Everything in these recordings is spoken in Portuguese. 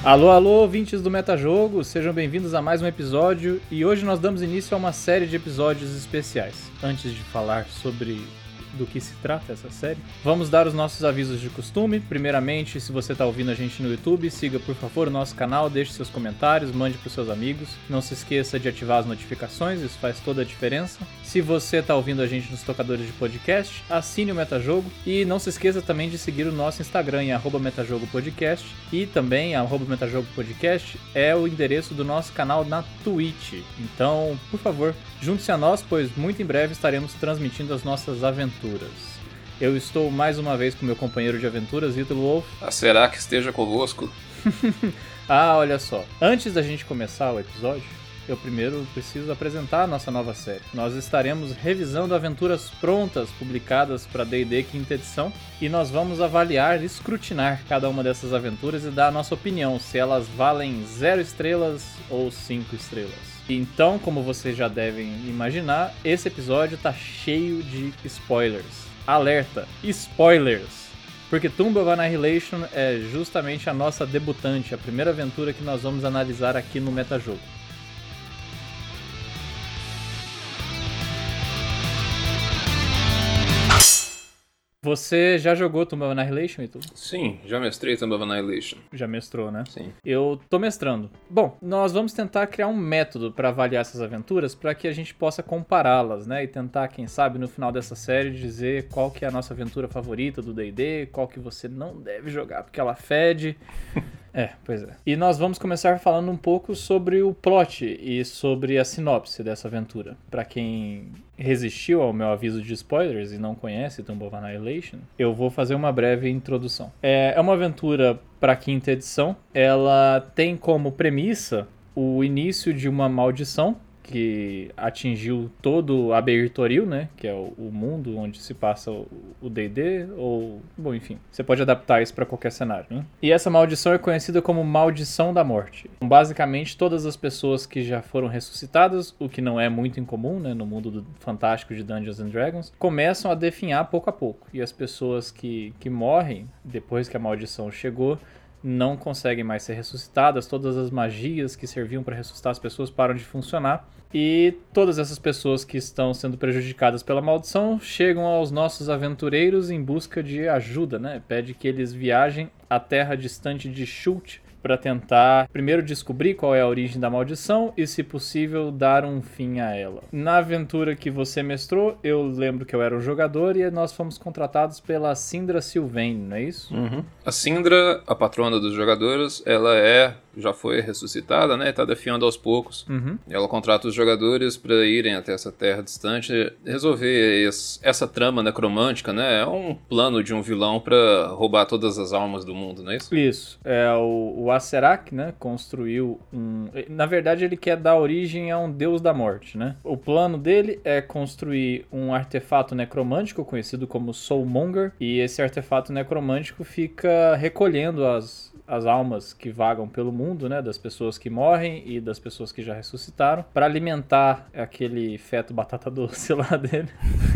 Alô, alô, ouvintes do Metajogo, sejam bem-vindos a mais um episódio e hoje nós damos início a uma série de episódios especiais. Antes de falar sobre do que se trata essa série, vamos dar os nossos avisos de costume. Primeiramente, se você está ouvindo a gente no YouTube, siga por favor o nosso canal, deixe seus comentários, mande para os seus amigos. Não se esqueça de ativar as notificações, isso faz toda a diferença. Se você está ouvindo a gente nos tocadores de podcast, assine o Metajogo e não se esqueça também de seguir o nosso Instagram em @metajogopodcast e também @metajogopodcast é o endereço do nosso canal na Twitch. Então, por favor, junte-se a nós, pois muito em breve estaremos transmitindo as nossas aventuras. Eu estou mais uma vez com meu companheiro de aventuras, Ítalo Wolf. Será que esteja convosco? Olha só. Antes da gente começar o episódio, eu primeiro preciso apresentar a nossa nova série. Nós estaremos revisando aventuras prontas, publicadas para D&D Quinta Edição, e nós vamos avaliar e escrutinar cada uma dessas aventuras e dar a nossa opinião, se elas valem 0 estrelas ou 5 estrelas. Então, como vocês já devem imaginar, esse episódio tá cheio de spoilers. Alerta, spoilers! Porque Tomb of Annihilation é justamente a nossa debutante, a primeira aventura que nós vamos analisar aqui no Metajogo. Você já jogou Tomb of Annihilation, Ítalo? Sim, já mestrei Tomb of Annihilation. Já mestrou, né? Sim. Eu tô mestrando. Bom, nós vamos tentar criar um método para avaliar essas aventuras para que a gente possa compará-las, né? E tentar, quem sabe, no final dessa série dizer qual que é a nossa aventura favorita do D&D, qual que você não deve jogar porque ela fede. Pois é. E nós vamos começar falando um pouco sobre o plot e sobre a sinopse dessa aventura. Pra quem resistiu ao meu aviso de spoilers e não conhece Tomb of Annihilation, eu vou fazer uma breve introdução. É uma aventura pra quinta edição. Ela tem como premissa o início de uma maldição que atingiu todo o Abertoril, né? Que é o mundo onde se passa o D&D, ou... Bom, enfim, você pode adaptar isso para qualquer cenário, né? E essa maldição é conhecida como Maldição da Morte. Basicamente, todas as pessoas que já foram ressuscitadas, o que não é muito incomum, né? No mundo fantástico de Dungeons and Dragons, começam a definhar pouco a pouco. E as pessoas que morrem, depois que a maldição chegou, não conseguem mais ser ressuscitadas, todas as magias que serviam para ressuscitar as pessoas param de funcionar e todas essas pessoas que estão sendo prejudicadas pela maldição chegam aos nossos aventureiros em busca de ajuda, né? Pede que eles viajem à terra distante de Shult para tentar primeiro descobrir qual é a origem da maldição e, se possível, dar um fim a ela. Na aventura que você mestrou, eu lembro que eu era um jogador e nós fomos contratados pela Sindra Sylvain, não é isso? Uhum. A Sindra, a patrona dos jogadores, ela já foi ressuscitada, né? Tá definhando aos poucos. Uhum. Ela contrata os jogadores para irem até essa terra distante, resolver essa trama necromântica, né? É um plano de um vilão para roubar todas as almas do mundo, não é isso? Isso. O Acererak, né, construiu Na verdade, ele quer dar origem a um deus da morte, né? O plano dele é construir um artefato necromântico conhecido como Soulmonger, e esse artefato necromântico fica recolhendo as almas que vagam pelo mundo, né, das pessoas que morrem e das pessoas que já ressuscitaram, para alimentar aquele feto batata doce lá dele,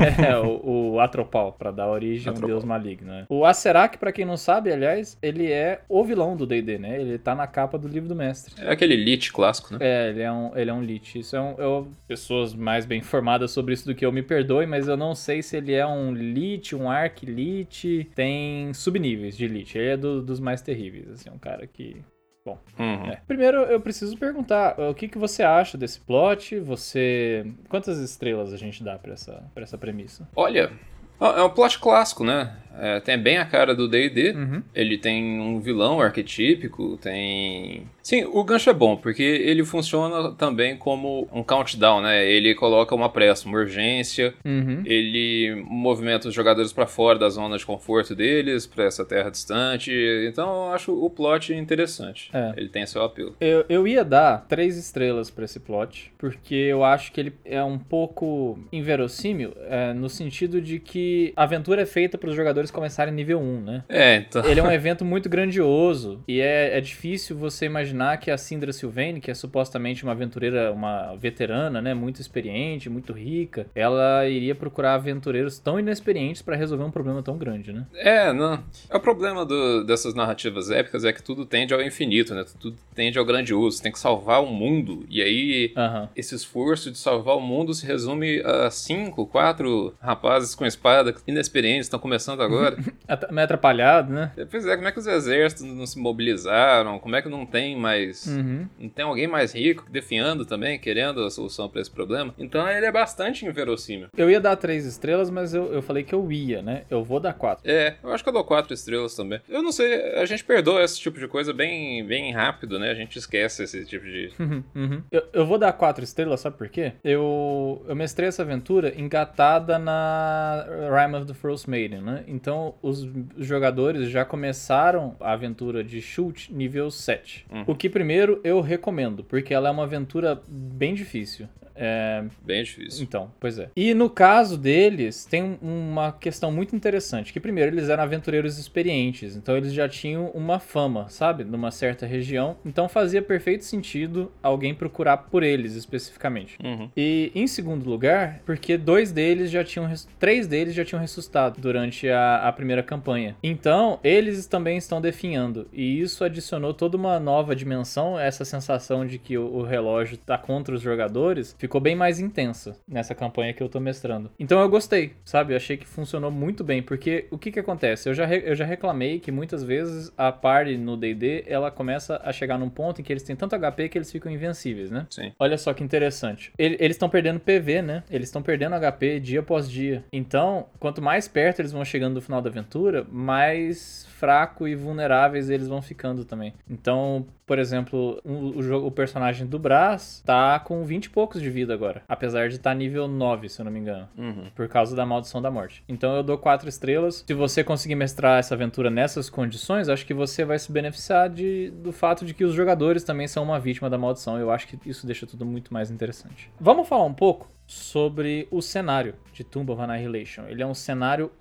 o Atropal, para dar origem a um deus maligno, né? O Acererak, para quem não sabe, aliás, ele é o vilão do D&D, né? Ele tá na capa do livro do mestre. É aquele Lich clássico, né? Ele é um Lich. Isso pessoas mais bem informadas sobre isso do que eu me perdoem, mas eu não sei se ele é um Lich, um Arch-Lich. Tem subníveis de Lich. Ele é dos mais terríveis, assim, um cara que... Bom, Primeiro eu preciso perguntar, o que você acha desse plot? Quantas estrelas a gente dá pra essa premissa? Olha, é um plot clássico, né? Tem bem a cara do D&D. Uhum. Ele tem um vilão arquetípico, tem... Sim, o gancho é bom, porque ele funciona também como um countdown, né? Ele coloca uma pressa, uma urgência, ele movimenta os jogadores pra fora da zona de conforto deles, pra essa terra distante. Então eu acho o plot interessante. Ele tem seu apelo. Eu ia dar 3 estrelas pra esse plot, porque eu acho que ele é um pouco inverossímil, no sentido de que a aventura é feita pros jogadores começarem nível 1, né? Então... Ele é um evento muito grandioso, e é difícil você imaginar imaginar que a Syndra Sylvain, que é supostamente uma aventureira, uma veterana, né, muito experiente, muito rica, ela iria procurar aventureiros tão inexperientes pra resolver um problema tão grande, né? Não. O problema dessas narrativas épicas é que tudo tende ao infinito, né? Tudo tende ao grandioso. Você tem que salvar o mundo. E aí, esse esforço de salvar o mundo se resume a 5, 4 rapazes com espada inexperientes, estão começando agora. Meio atrapalhado, né? Pois é, como é que os exércitos não se mobilizaram? Como é que não tem mais... Não tem alguém mais rico definhando também, querendo a solução pra esse problema? Então ele é bastante inverossímil. Eu ia dar 3 estrelas, mas eu falei que eu ia, né? Eu vou dar 4. Eu acho que eu dou 4 estrelas também. Eu não sei, a gente perdoa esse tipo de coisa bem, bem rápido, né? A gente esquece esse tipo de... Eu vou dar 4 estrelas, sabe por quê? Eu mestrei essa aventura engatada na Rime of the Frost Maiden, né? Então, os jogadores já começaram a aventura de Shult nível 7. O que, primeiro, eu recomendo, porque ela é uma aventura bem difícil. Bem difícil. Então, pois é. E no caso deles, tem uma questão muito interessante, que primeiro, eles eram aventureiros experientes, então eles já tinham uma fama, sabe? Numa certa região, então fazia perfeito sentido alguém procurar por eles, especificamente. E, em segundo lugar, porque 3 deles já tinham ressuscitado durante a primeira campanha. Então, eles também estão definhando, e isso adicionou toda uma nova dimensão, essa sensação de que o relógio tá contra os jogadores, ficou bem mais intensa nessa campanha que eu tô mestrando. Então eu gostei, sabe? Eu achei que funcionou muito bem, porque o que acontece? Eu já reclamei que muitas vezes a party no D&D, ela começa a chegar num ponto em que eles têm tanto HP que eles ficam invencíveis, né? Sim. Olha só que interessante. Eles estão perdendo PV, né? Eles estão perdendo HP dia após dia. Então, quanto mais perto eles vão chegando do final da aventura, mais fraco e vulneráveis eles vão ficando também. Então, por exemplo, o personagem do Brás tá com 20 e poucos de vida agora. Apesar de estar nível 9, se eu não me engano. Por causa da maldição da morte. Então eu dou 4 estrelas. Se você conseguir mestrar essa aventura nessas condições, acho que você vai se beneficiar do fato de que os jogadores também são uma vítima da maldição. Eu acho que isso deixa tudo muito mais interessante. Vamos falar um pouco sobre o cenário de Tomb of Annihilation. Ele é um cenário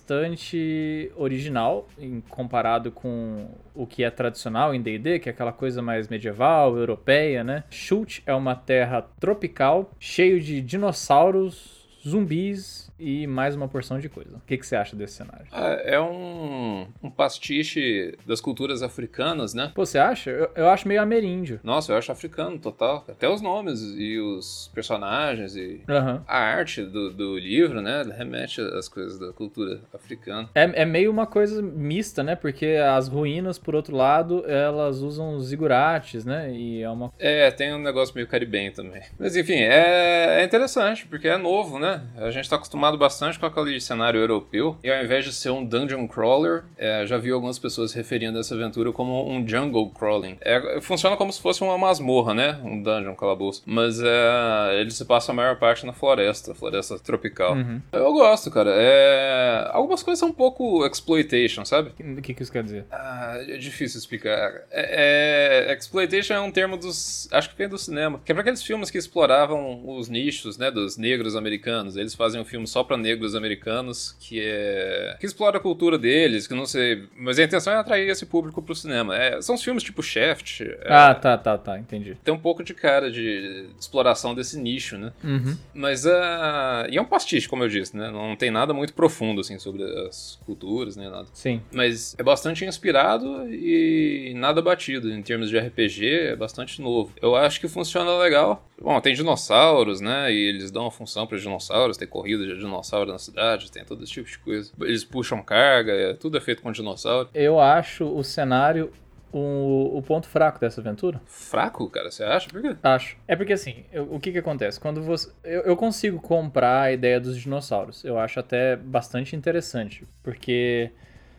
bastante original em comparado com o que é tradicional em D&D, que é aquela coisa mais medieval, europeia, né? Shult é uma terra tropical, cheio de dinossauros, zumbis e mais uma porção de coisa. O que você acha desse cenário? É um pastiche das culturas africanas, né? Pô, você acha? Eu acho meio ameríndio. Nossa, eu acho africano total. Até os nomes e os personagens e a arte do livro, né? Remete às coisas da cultura africana. É meio uma coisa mista, né? Porque as ruínas, por outro lado, elas usam zigurates, né? E é uma... tem um negócio meio caribenho também. Mas enfim, é interessante, porque é novo, né? A gente tá acostumado bastante com aquele cenário europeu, e ao invés de ser um dungeon crawler, já vi algumas pessoas referindo essa aventura como um jungle crawling. Funciona como se fosse uma masmorra, né? Um dungeon, calabouço. Mas ele se passa a maior parte na floresta tropical. Eu gosto, cara. Algumas coisas são um pouco exploitation, sabe? O que isso quer dizer? É difícil explicar. Exploitation é um termo acho que vem do cinema, que é pra aqueles filmes que exploravam os nichos, né? Dos negros americanos. Eles fazem um filme só pra negros americanos, que explora a cultura deles, que não sei... Mas a intenção é atrair esse público pro cinema. São os filmes tipo Shaft. Tá, entendi. Tem um pouco de cara de exploração desse nicho, né? Mas e é um pastiche, como eu disse, né? Não tem nada muito profundo, assim, sobre as culturas, nem nada. Sim. Mas é bastante inspirado e nada batido. Em termos de RPG, é bastante novo. Eu acho que funciona legal. Bom, tem dinossauros, né? E eles dão uma função para os dinossauros. Tem corrida de dinossauro na cidade, tem todo esse tipo de coisa. Eles puxam carga, tudo é feito com dinossauro. Eu acho o cenário o ponto fraco dessa aventura. Fraco, cara? Você acha? Por quê? Acho. É porque assim, o que acontece? Quando você... Eu consigo comprar a ideia dos dinossauros. Eu acho até bastante interessante. Porque...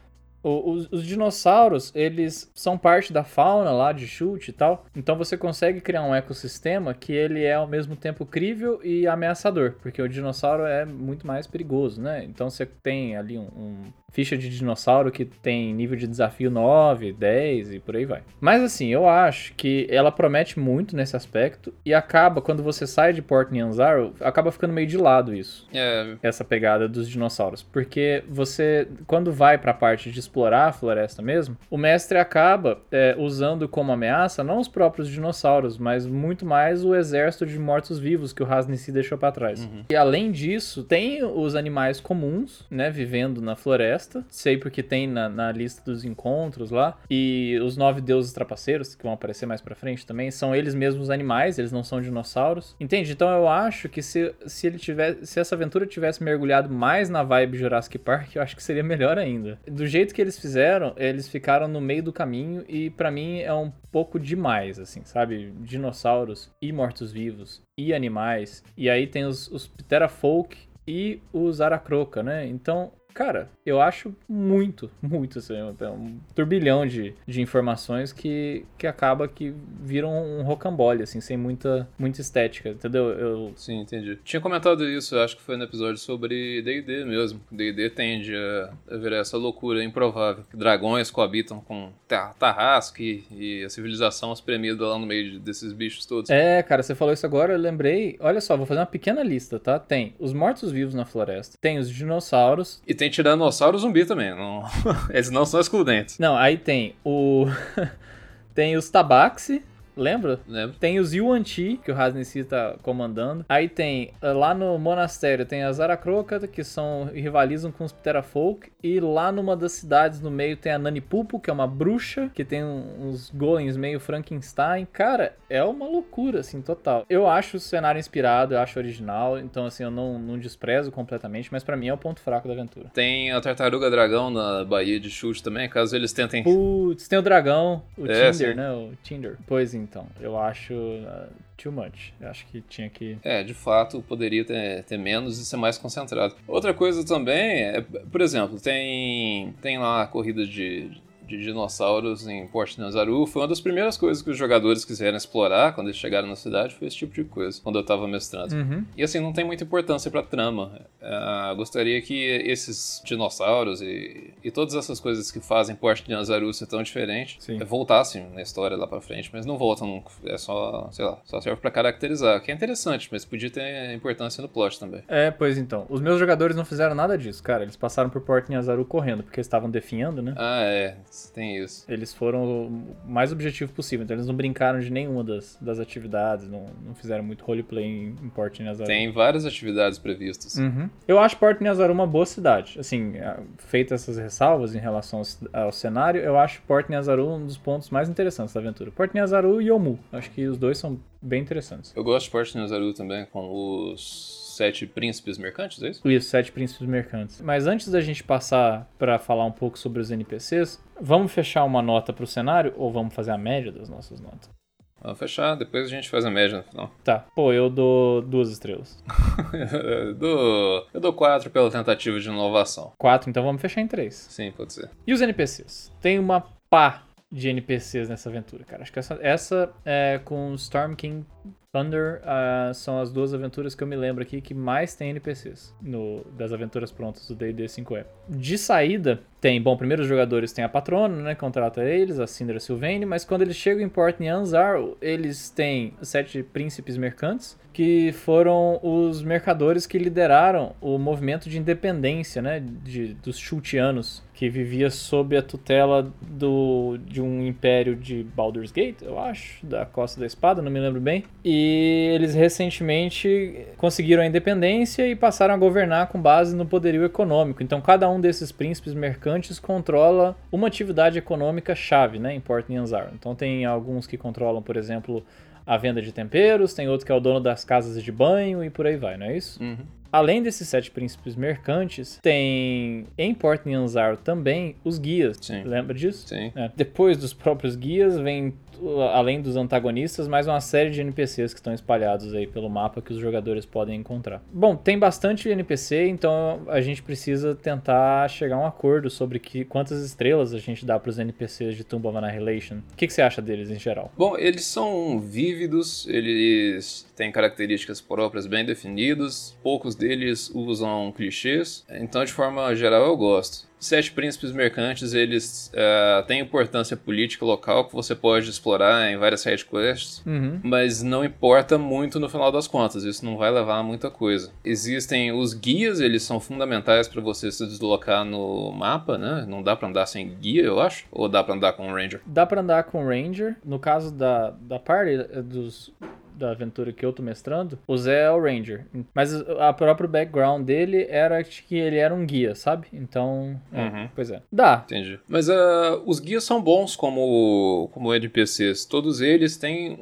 Os dinossauros, eles são parte da fauna lá de Shult e tal, então você consegue criar um ecossistema que ele é ao mesmo tempo crível e ameaçador, porque o dinossauro é muito mais perigoso, né? Então você tem ali ficha de dinossauro que tem nível de desafio 9, 10 e por aí vai. Mas assim, eu acho que ela promete muito nesse aspecto e acaba, quando você sai de Port Nyanzaru, acaba ficando meio de lado isso. Essa pegada dos dinossauros. Porque você, quando vai pra parte de explorar a floresta mesmo, o mestre acaba usando como ameaça não os próprios dinossauros, mas muito mais o exército de mortos-vivos que o Hasnissi deixou pra trás. E além disso, tem os animais comuns, né, vivendo na floresta, sei porque tem na lista dos encontros lá, e os 9 deuses trapaceiros, que vão aparecer mais pra frente também, são eles mesmos animais, eles não são dinossauros. Entende? Então eu acho que se essa aventura tivesse mergulhado mais na vibe Jurassic Park, eu acho que seria melhor ainda. Do jeito que eles fizeram, eles ficaram no meio do caminho e pra mim é um pouco demais, assim, sabe? Dinossauros e mortos-vivos e animais. E aí tem os Pterafolk e os Aracroca, né? Então, cara, eu acho muito, assim, um turbilhão de informações que acaba que viram um rocambole, assim, sem muita estética, entendeu? Sim, entendi. Tinha comentado isso, acho que foi no episódio sobre D&D mesmo. D&D tende a virar essa loucura improvável. Dragões coabitam com Tarrasque e a civilização espremida lá no meio desses bichos todos. Cara, você falou isso agora, eu lembrei. Olha só, vou fazer uma pequena lista, tá? Tem os mortos-vivos na floresta, tem os dinossauros. E tem tiranossauro zumbi também. Não... Eles não são excludentes. Não, aí tem tem os Tabaxi. Lembra? Lembro. Tem os Yuan-Ti, que o Hasnissi tá comandando. Aí tem, lá no monastério, tem as Aracroca, que rivalizam com os Pterafolk. E lá numa das cidades no meio tem a Nanipupu, que é uma bruxa, que tem uns golems meio Frankenstein. Cara, é uma loucura, assim, total. Eu acho o cenário inspirado, eu acho original. Então, assim, eu não desprezo completamente, mas pra mim é o ponto fraco da aventura. Tem a Tartaruga Dragão na Baía de Chute também, caso eles tentem... Putz, tem o dragão, o Tinder, sim. né? O Tinder. Pois então, eu acho too much. Eu acho que tinha que... de fato, poderia ter menos e ser mais concentrado. Outra coisa também por exemplo, tem lá a corrida de dinossauros em Port Nazaru. Foi uma das primeiras coisas que os jogadores quiseram explorar quando eles chegaram na cidade, foi esse tipo de coisa, quando eu tava mestrando. E assim, não tem muita importância pra trama. Gostaria que esses dinossauros e todas essas coisas que fazem Port Nazaru ser tão diferente voltassem na história lá pra frente, mas não voltam nunca. É só, sei lá, só serve pra caracterizar, que é interessante, mas podia ter importância no plot também. Pois então. Os meus jogadores não fizeram nada disso, cara. Eles passaram por Port Nazaru correndo, porque eles estavam definhando, né? Tem isso. Eles foram o mais objetivo possível, então eles não brincaram de nenhuma das atividades, não fizeram muito roleplay em Port Nazaru. Tem várias atividades previstas. Eu acho Port Nazaru uma boa cidade. Assim, feitas essas ressalvas em relação ao cenário, eu acho Port Nazaru um dos pontos mais interessantes da aventura. Port Nazaru e Yomu. Acho que os dois são bem interessantes. Eu gosto de Port Nazaru também, com os 7 príncipes mercantes, é isso? Isso, 7 príncipes mercantes. Mas antes da gente passar para falar um pouco sobre os NPCs, vamos fechar uma nota pro cenário ou vamos fazer a média das nossas notas? Vamos fechar, depois a gente faz a média no final. Tá, eu dou 2 estrelas. eu dou 4 pela tentativa de inovação. 4, então vamos fechar em 3. Sim, pode ser. E os NPCs? Tem uma pá de NPCs nessa aventura, cara. Acho que essa com Storm King Thunder são as 2 aventuras que eu me lembro aqui que mais tem NPCs das aventuras prontas do D&D 5e. De saída, primeiro os jogadores têm a patrona, né, contrata eles, a Syndra Sylvain, mas quando eles chegam em Port Nyanzar, eles têm 7 príncipes mercantes, que foram os mercadores que lideraram o movimento de independência, né, dos Chultianos, que vivia sob a tutela de um império de Baldur's Gate, eu acho, da Costa da Espada, não me lembro bem. E eles recentemente conseguiram a independência e passaram a governar com base no poderio econômico. Então cada um desses príncipes mercantes controla uma atividade econômica chave, né, em Port Nyanzar. Então tem alguns que controlam, por exemplo, a venda de temperos, tem outro que é o dono das casas de banho e por aí vai, não é isso? Além desses 7 príncipes mercantes, tem em Port Nyanzar também os guias. Sim. Lembra disso? Sim. Depois dos próprios guias, vem, além dos antagonistas, mais uma série de NPCs que estão espalhados aí pelo mapa que os jogadores podem encontrar. Bom, tem bastante NPC, então a gente precisa tentar chegar a um acordo sobre quantas estrelas a gente dá para os NPCs de Tomb of Annihilation. O que você acha deles em geral? Bom, eles são vívidos, eles têm características próprias bem definidas, poucos deles usam clichês, então de forma geral eu gosto. 7 príncipes mercantes, eles têm importância política local que você pode explorar em várias side quests, mas não importa muito no final das contas, isso não vai levar a muita coisa. Existem os guias, eles são fundamentais para você se deslocar no mapa, né? Não dá pra andar sem guia, eu acho? Ou dá pra andar com um ranger? Dá pra andar com ranger. No caso da party, da aventura que eu tô mestrando, o Zé é o Ranger. Mas a próprio background dele era que ele era um guia, sabe? Então, pois é. Dá. Entendi. Mas os guias são bons como NPCs. Todos eles têm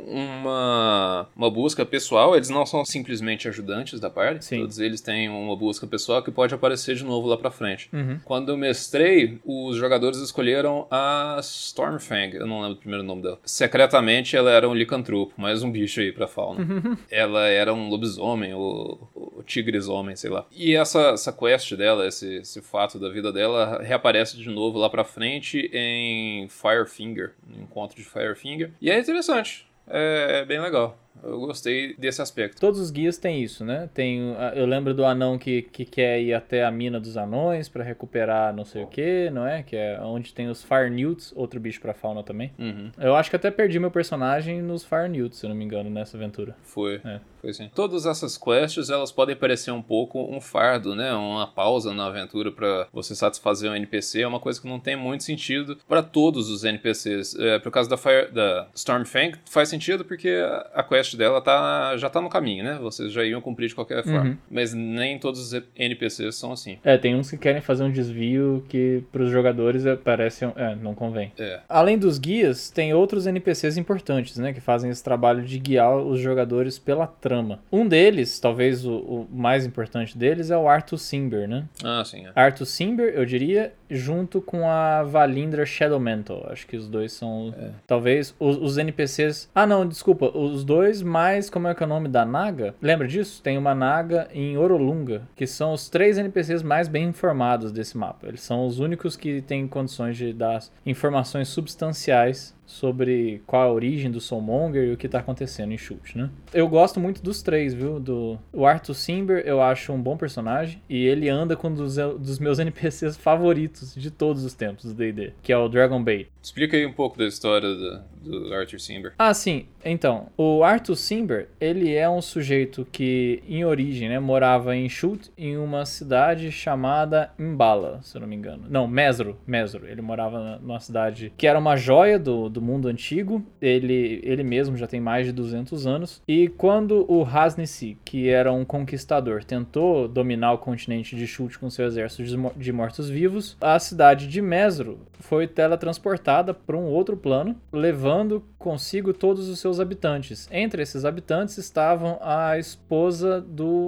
uma busca pessoal, eles não são simplesmente ajudantes da party. Sim. Todos eles têm uma busca pessoal que pode aparecer de novo lá pra frente. Quando eu mestrei, os jogadores escolheram a Stormfang, eu não lembro o primeiro nome dela. Secretamente, ela era um licantropo, mais um bicho aí pra fauna. Ela era um lobisomem, ou tigres-homem, sei lá. E essa quest dela, esse fato da vida dela, reaparece de novo lá pra frente em Firefinger, no encontro de Firefinger. E é interessante, é bem legal. Eu gostei desse aspecto. Todos os guias têm isso, né? Eu lembro do anão que quer ir até a mina dos anões pra recuperar não sei o que, não é? Que é onde tem os Fire Newts, outro bicho pra fauna também. Eu acho que até perdi meu personagem nos Fire Newts, se eu não me engano, nessa aventura. Foi sim. Todas essas quests, elas podem parecer um pouco um fardo, né? Uma pausa na aventura pra você satisfazer um NPC. É uma coisa que não tem muito sentido pra todos os NPCs. Por causa da Stormfang, faz sentido porque a quest dela já tá no caminho, né? Vocês já iam cumprir de qualquer forma. Mas nem todos os NPCs são assim. Tem uns que querem fazer um desvio que pros jogadores parece... não convém. Além dos guias, tem outros NPCs importantes, né? Que fazem esse trabalho de guiar os jogadores pela trama. Um deles, talvez o mais importante deles, é o Arthur Cimber, né? Ah, sim. Arthur Cimber, eu diria, junto com a Valindra Shadowmantle. Acho que os dois são... Talvez os NPCs... Ah, não, desculpa. Os dois, mais como é que é o nome da Naga? Lembra disso? Tem uma Naga em Orolunga, que são os 3 NPCs mais bem informados desse mapa. Eles são os únicos que têm condições de dar informações substanciais sobre qual a origem do Soulmonger e o que tá acontecendo em Chult, né? Eu gosto muito dos 3, viu? O Arthur Cimber eu acho um bom personagem e ele anda com um dos meus NPCs favoritos de todos os tempos do D&D, que é o Dragonbait. Explica aí um pouco da história do Arthur Cimber. Ah, sim. Então, o Arthur Cimber, ele é um sujeito que, em origem, né, morava em Chult, em uma cidade chamada Imbala, se eu não me engano. Não, Mesro. Ele morava numa cidade que era uma joia do mundo antigo. Ele mesmo já tem mais de 200 anos. E quando o Hasnisi, que era um conquistador, tentou dominar o continente de Chult com seu exército de mortos-vivos, a cidade de Mesro foi teletransportada para um outro plano, levando consigo todos os seus habitantes. Entre esses habitantes estavam a esposa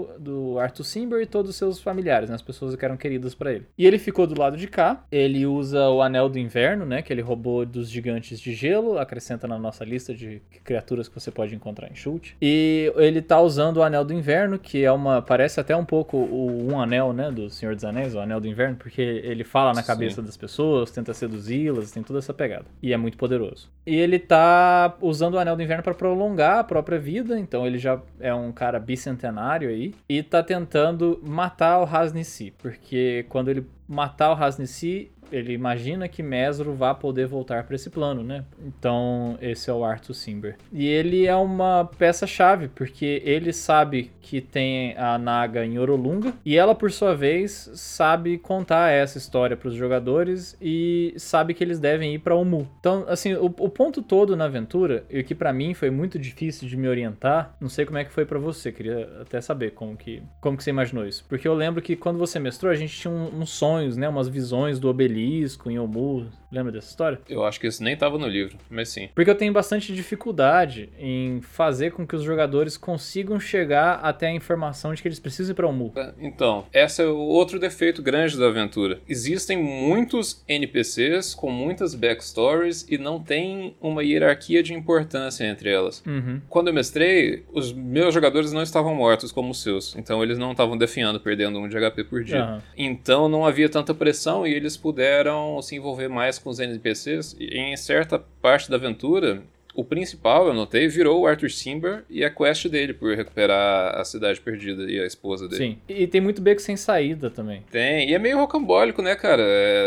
do Arthur Cimber e todos os seus familiares, né, as pessoas que eram queridas para ele. E ele ficou do lado de cá. Ele usa o Anel do Inverno, né, que ele roubou dos gigantes de gelo, acrescenta na nossa lista de criaturas que você pode encontrar em Chult. E ele tá usando o Anel do Inverno, que parece até um pouco um anel, né, do Senhor dos Anéis, o Anel do Inverno, porque ele fala na cabeça das pessoas, tenta seduzi-las, tem toda essa pegada. E é muito poderoso. E ele tá usando o Anel do Inverno para prolongar a própria vida, então ele já é um cara bicentenário aí, e tá tentando matar o Hasnisi, porque quando ele matar o Hasnisi, ele imagina que Mesro vá poder voltar para esse plano, né? Então, esse é o Arthur Cimber. E ele é uma peça-chave, porque ele sabe que tem a Naga em Orolunga, e ela, por sua vez, sabe contar essa história para os jogadores e sabe que eles devem ir para Umu. Então, assim, o ponto todo na aventura, e o que para mim foi muito difícil de me orientar, não sei como é que foi para você, queria até saber como que você imaginou isso. Porque eu lembro que quando você mestrou, a gente tinha uns sonhos, né? Umas visões do obelisco, em Umu. Lembra dessa história? Eu acho que isso nem estava no livro, mas sim. Porque eu tenho bastante dificuldade em fazer com que os jogadores consigam chegar até a informação de que eles precisam ir para Umu. Então, esse é o outro defeito grande da aventura. Existem muitos NPCs com muitas backstories e não tem uma hierarquia de importância entre elas. Quando eu mestrei, os meus jogadores não estavam mortos como os seus, então eles não estavam definhando, perdendo 1 de HP por dia. Então não havia tanta pressão e eles puderam se envolver mais com os NPCs. E em certa parte da aventura, o principal, eu notei, virou o Arthur Cimber e a quest dele por recuperar a cidade perdida e a esposa dele. Sim, e tem muito beco sem saída também. Tem, e é meio rocambólico, né, cara?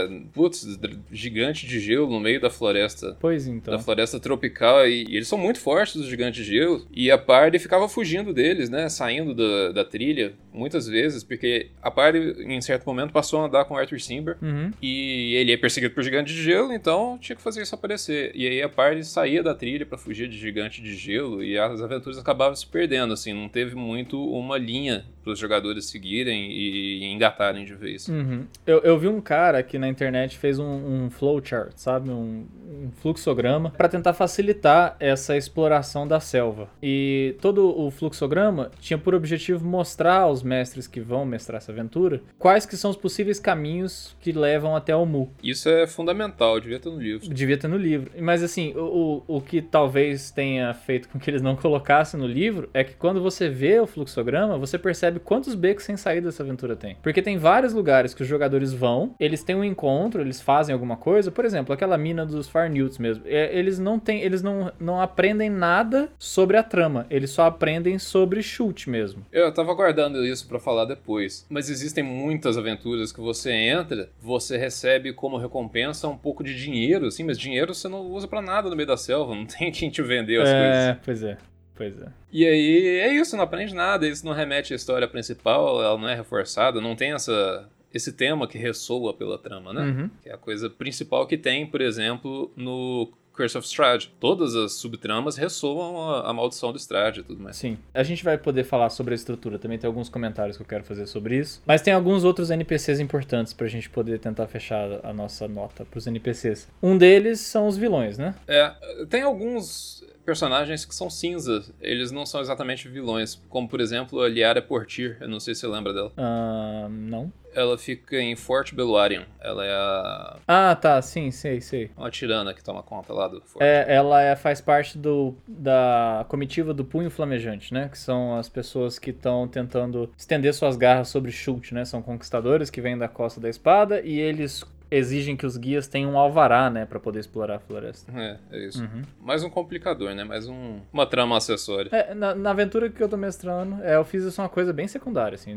Putz, gigante de gelo no meio da floresta. Pois então. Da floresta tropical, e eles são muito fortes, os gigantes de gelo, e a Party ficava fugindo deles, né, saindo da trilha, muitas vezes, porque a Party, em certo momento, passou a andar com o Arthur Cimber, e ele é perseguido por gigante de gelo, então tinha que fazer isso aparecer. E aí a Party saía da trilha pra fugir de gigante de gelo, e as aventuras acabavam se perdendo, assim, não teve muito uma linha para os jogadores seguirem e engatarem de vez. Eu vi um cara que na internet fez um flowchart, sabe? Um fluxograma para tentar facilitar essa exploração da selva. E todo o fluxograma tinha por objetivo mostrar aos mestres que vão mestrar essa aventura quais que são os possíveis caminhos que levam até o Mu. Isso é fundamental, devia ter no livro. Devia ter no livro. Mas assim, o que talvez tenha feito com que eles não colocassem no livro é que quando você vê o fluxograma, você percebe quantos becos sem saída essa aventura tem. Porque tem vários lugares que os jogadores vão, eles têm um encontro, eles fazem alguma coisa, por exemplo, aquela mina dos Far Newts mesmo. Eles não aprendem nada sobre a trama, eles só aprendem sobre chute mesmo. Eu tava guardando isso pra falar depois, mas existem muitas aventuras que você entra, você recebe como recompensa um pouco de dinheiro, assim, mas dinheiro você não usa pra nada no meio da selva, não tem quem te vender as coisas. Pois é. E aí, é isso, não aprende nada, isso não remete à história principal, ela não é reforçada, não tem esse tema que ressoa pela trama, né? Que é a coisa principal que tem, por exemplo, no Curse of Strahd. Todas as subtramas ressoam a maldição do Strahd e tudo mais. Sim. A gente vai poder falar sobre a estrutura, também tem alguns comentários que eu quero fazer sobre isso. Mas tem alguns outros NPCs importantes pra gente poder tentar fechar a nossa nota pros NPCs. Um deles são os vilões, né? Tem alguns personagens que são cinzas, eles não são exatamente vilões, como por exemplo a Liara Portir, eu não sei se você lembra dela. Não. Ela fica em Fort Beluarian, ela é a... Ah, tá, sim, sei. Uma tirana que toma conta lá do forte. Ela faz parte da comitiva do Punho Flamejante, né, que são as pessoas que estão tentando estender suas garras sobre Chult, né, são conquistadores que vêm da Costa da Espada e eles exigem que os guias tenham um alvará, né, pra poder explorar a floresta. É isso. Mais um complicador, né, mais uma trama acessória. Na aventura que eu tô mestrando, eu fiz isso uma coisa bem secundária, assim,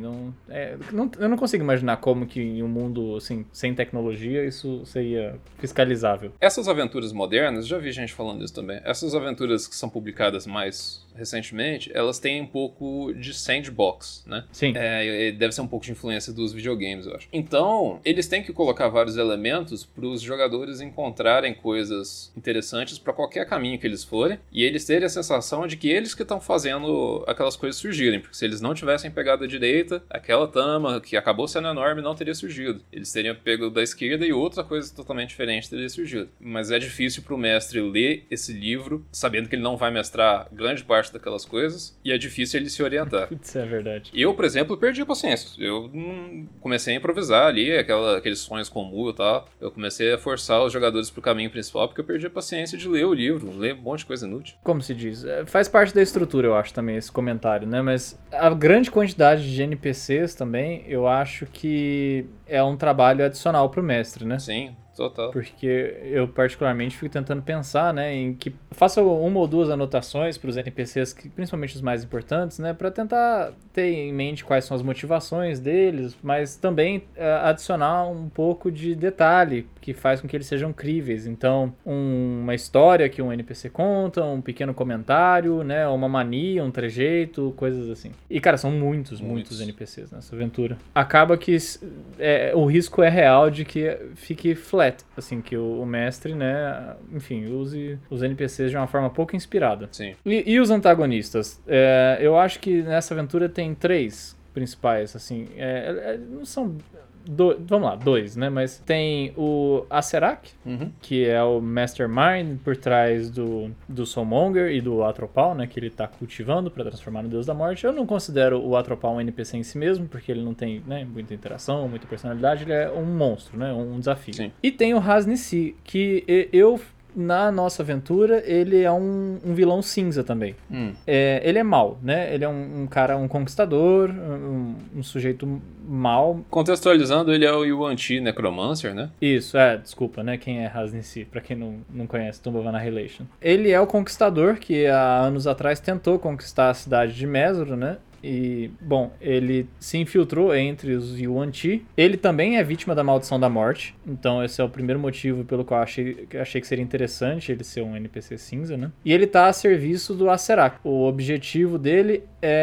eu não consigo imaginar como que em um mundo, assim, sem tecnologia, isso seria fiscalizável. Essas aventuras modernas, já vi gente falando isso também, essas aventuras que são publicadas mais recentemente, elas têm um pouco de sandbox, né? Sim. Deve ser um pouco de influência dos videogames, eu acho. Então, eles têm que colocar vários elementos para os jogadores encontrarem coisas interessantes para qualquer caminho que eles forem, e eles terem a sensação de que eles que estão fazendo aquelas coisas surgirem, porque se eles não tivessem pegado a direita, aquela trama que acabou sendo enorme não teria surgido. Eles teriam pego da esquerda e outra coisa totalmente diferente teria surgido. Mas é difícil para o mestre ler esse livro, sabendo que ele não vai mestrar grande parte daquelas coisas, e é difícil ele se orientar. Putz, é verdade. Eu, por exemplo, perdi a paciência. Eu comecei a improvisar ali, aqueles sonhos com o Mu e tal. Eu comecei a forçar os jogadores pro caminho principal, porque eu perdi a paciência de ler o livro, ler um monte de coisa inútil. Como se diz? Faz parte da estrutura, eu acho, também, esse comentário, né? Mas a grande quantidade de NPCs também, eu acho que é um trabalho adicional pro mestre, né? Sim. Total. Porque eu particularmente fico tentando pensar, né, em que faça uma ou duas anotações para os NPCs, principalmente os mais importantes, né, para tentar ter em mente quais são as motivações deles, mas também adicionar um pouco de detalhe que faz com que eles sejam críveis. Então, uma história que um NPC conta, um pequeno comentário, né, uma mania, um trejeito, coisas assim. E, cara, são muitos NPCs nessa aventura. Acaba que o risco é real de que fique flat, assim, que o mestre, né, enfim, use os NPCs de uma forma pouco inspirada. Sim. E os antagonistas? Eu acho que nessa aventura tem 3 principais, assim, não são... vamos lá, 2, né? Mas tem o Acererak, que é o mastermind por trás do Soulmonger e do Atropal, né? Que ele tá cultivando pra transformar no Deus da Morte. Eu não considero o Atropal um NPC em si mesmo, porque ele não tem, né, muita interação, muita personalidade. Ele é um monstro, né? Um desafio. Sim. E tem o Hasnissi, que eu na nossa aventura, ele é um vilão cinza também. Ele é mau, né? Ele é um cara, um conquistador, um sujeito mau. Contextualizando, ele é o Yuan Ti Necromancer, né? Isso, desculpa, né? Quem é Hasnici, pra quem não conhece Tomb of Annihilation. Ele é o conquistador que há anos atrás tentou conquistar a cidade de Mesro, né? E, bom, ele se infiltrou entre os Yuan Ti. Ele também é vítima da Maldição da Morte. Então esse é o primeiro motivo pelo qual eu achei que seria interessante ele ser um NPC cinza, né? E ele tá a serviço do Acererak. O objetivo dele